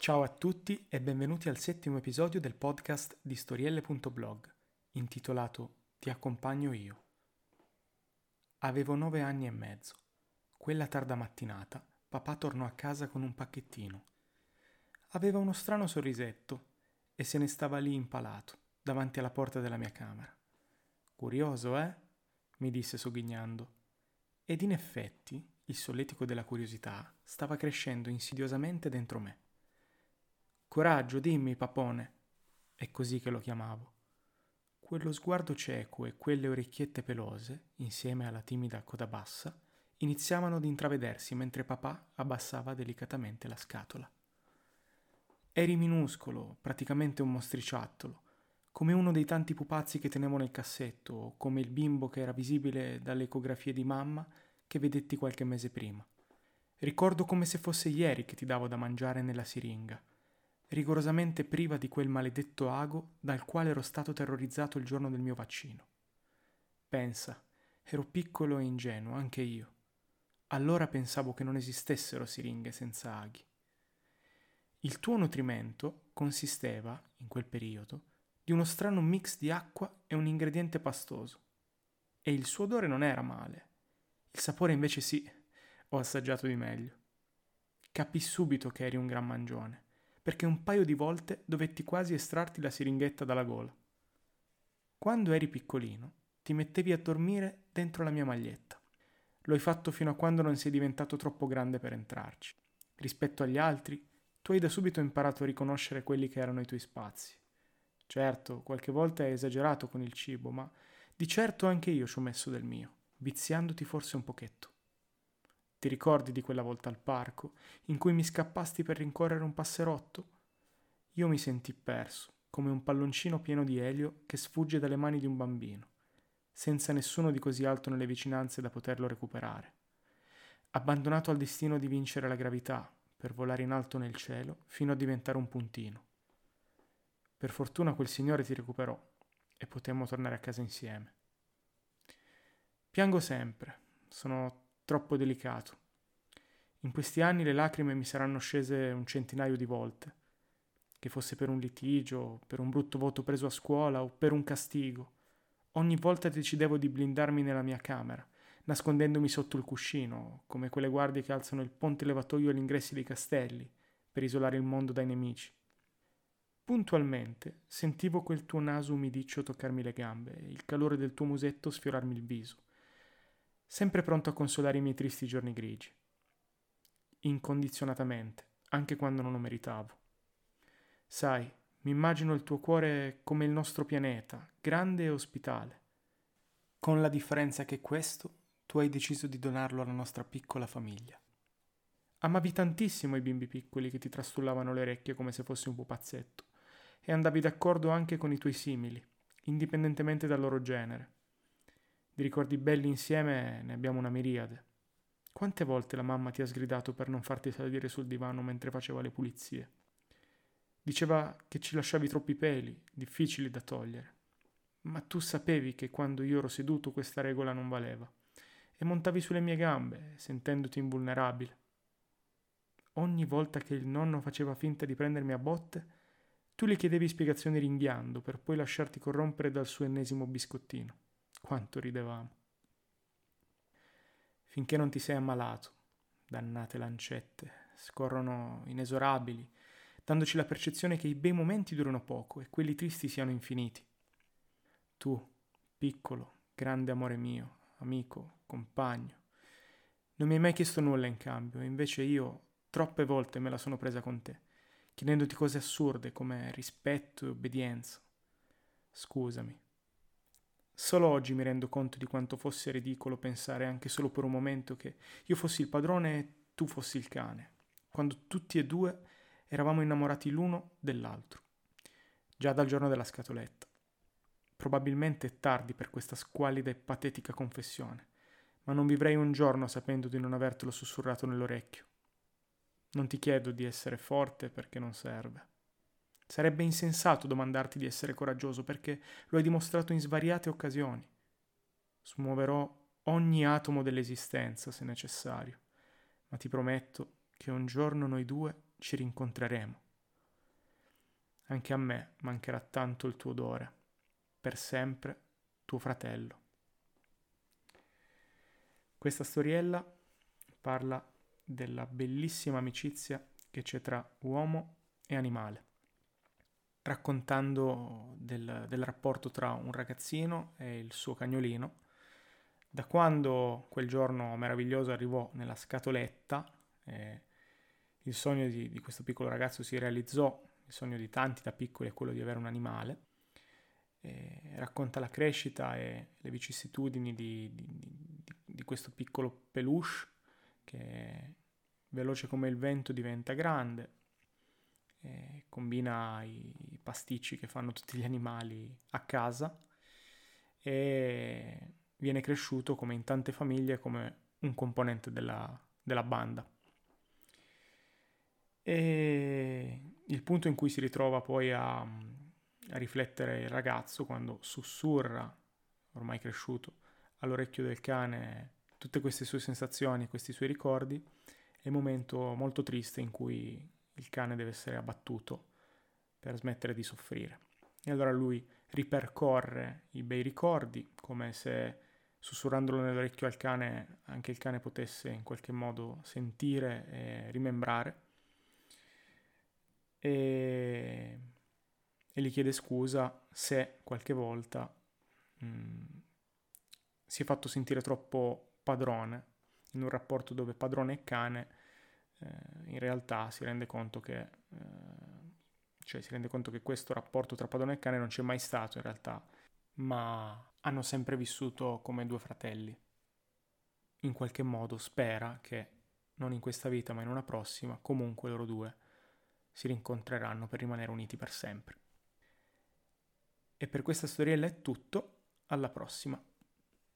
Ciao a tutti e benvenuti al settimo episodio del podcast di storielle.blog, intitolato Ti accompagno io. Avevo 9 anni e mezzo. Quella tarda mattinata, papà tornò a casa con un pacchettino. Aveva uno strano sorrisetto e se ne stava lì impalato, davanti alla porta della mia camera. Curioso, eh? Mi disse sogghignando. Ed in effetti, il solletico della curiosità stava crescendo insidiosamente dentro me. Coraggio, dimmi, papone. È così che lo chiamavo. Quello sguardo cieco e quelle orecchiette pelose, insieme alla timida coda bassa, iniziavano ad intravedersi mentre papà abbassava delicatamente la scatola. Eri minuscolo, praticamente un mostriciattolo, come uno dei tanti pupazzi che tenevo nel cassetto, o come il bimbo che era visibile dalle ecografie di mamma che vedetti qualche mese prima. Ricordo come se fosse ieri che ti davo da mangiare nella siringa, rigorosamente priva di quel maledetto ago dal quale ero stato terrorizzato il giorno del mio vaccino. Pensa, ero piccolo e ingenuo, anche io. Allora pensavo che non esistessero siringhe senza aghi. Il tuo nutrimento consisteva, in quel periodo, di uno strano mix di acqua e un ingrediente pastoso. E il suo odore non era male. Il sapore invece sì, ho assaggiato di meglio. Capii subito che eri un gran mangione, perché un paio di volte dovetti quasi estrarti la siringhetta dalla gola. Quando eri piccolino, ti mettevi a dormire dentro la mia maglietta. Lo hai fatto fino a quando non sei diventato troppo grande per entrarci. Rispetto agli altri, tu hai da subito imparato a riconoscere quelli che erano i tuoi spazi. Certo, qualche volta hai esagerato con il cibo, ma di certo anche io ci ho messo del mio, viziandoti forse un pochetto. Ti ricordi di quella volta al parco, in cui mi scappasti per rincorrere un passerotto? Io mi sentii perso, come un palloncino pieno di elio che sfugge dalle mani di un bambino, senza nessuno di così alto nelle vicinanze da poterlo recuperare. Abbandonato al destino di vincere la gravità, per volare in alto nel cielo, fino a diventare un puntino. Per fortuna quel signore ti recuperò e potemmo tornare a casa insieme. Piango sempre, sono troppo delicato. In questi anni le lacrime mi saranno scese un centinaio di volte, che fosse per un litigio, per un brutto voto preso a scuola o per un castigo. Ogni volta decidevo di blindarmi nella mia camera, nascondendomi sotto il cuscino, come quelle guardie che alzano il ponte levatoio agli ingressi dei castelli, per isolare il mondo dai nemici. Puntualmente sentivo quel tuo naso umidiccio toccarmi le gambe e il calore del tuo musetto sfiorarmi il viso, sempre pronto a consolare i miei tristi giorni grigi. Incondizionatamente, anche quando non lo meritavo. Sai, mi immagino il tuo cuore come il nostro pianeta, grande e ospitale, con la differenza che questo tu hai deciso di donarlo alla nostra piccola famiglia. Amavi tantissimo i bimbi piccoli che ti trastullavano le orecchie come se fossi un pupazzetto e andavi d'accordo anche con i tuoi simili, indipendentemente dal loro genere. Di ricordi belli insieme ne abbiamo una miriade. Quante volte la mamma ti ha sgridato per non farti salire sul divano mentre faceva le pulizie? Diceva che ci lasciavi troppi peli, difficili da togliere. Ma tu sapevi che quando io ero seduto questa regola non valeva e montavi sulle mie gambe, sentendoti invulnerabile. Ogni volta che il nonno faceva finta di prendermi a botte, tu le chiedevi spiegazioni ringhiando per poi lasciarti corrompere dal suo ennesimo biscottino. Quanto ridevamo. Finché non ti sei ammalato, dannate lancette, scorrono inesorabili, dandoci la percezione che i bei momenti durano poco e quelli tristi siano infiniti. Tu, piccolo, grande amore mio, amico, compagno, non mi hai mai chiesto nulla in cambio, e invece io troppe volte me la sono presa con te, chiedendoti cose assurde come rispetto e obbedienza. Scusami. Solo oggi mi rendo conto di quanto fosse ridicolo pensare anche solo per un momento che io fossi il padrone e tu fossi il cane, quando tutti e due eravamo innamorati l'uno dell'altro, già dal giorno della scatoletta. Probabilmente è tardi per questa squallida e patetica confessione, ma non vivrei un giorno sapendo di non avertelo sussurrato nell'orecchio. Non ti chiedo di essere forte perché non serve. Sarebbe insensato domandarti di essere coraggioso perché lo hai dimostrato in svariate occasioni. Smuoverò ogni atomo dell'esistenza se necessario, ma ti prometto che un giorno noi due ci rincontreremo Anche a me mancherà tanto il tuo odore. Per sempre, tuo fratello. Questa storiella parla della bellissima amicizia che c'è tra uomo e animale, raccontando del rapporto tra un ragazzino e il suo cagnolino, da quando quel giorno meraviglioso arrivò nella scatoletta, il sogno di questo piccolo ragazzo si realizzò, il sogno di tanti da piccoli è quello di avere un animale, racconta la crescita e le vicissitudini di questo piccolo peluche che veloce come il vento diventa grande, combina i pasticci che fanno tutti gli animali a casa e viene cresciuto come in tante famiglie come un componente della banda. E il punto in cui si ritrova poi a riflettere il ragazzo quando sussurra, ormai cresciuto, all'orecchio del cane tutte queste sue sensazioni, questi suoi ricordi, è un momento molto triste in cui il cane deve essere abbattuto per smettere di soffrire. E allora lui ripercorre i bei ricordi, come se sussurrandolo nell'orecchio al cane, anche il cane potesse in qualche modo sentire e rimembrare. E gli chiede scusa se qualche volta si è fatto sentire troppo padrone in un rapporto dove padrone e cane in realtà si rende conto che questo rapporto tra padrone e cane non c'è mai stato in realtà, ma hanno sempre vissuto come due fratelli. In qualche modo spera che non in questa vita ma in una prossima comunque loro due si rincontreranno per rimanere uniti per sempre. E per questa storiella è tutto, alla prossima.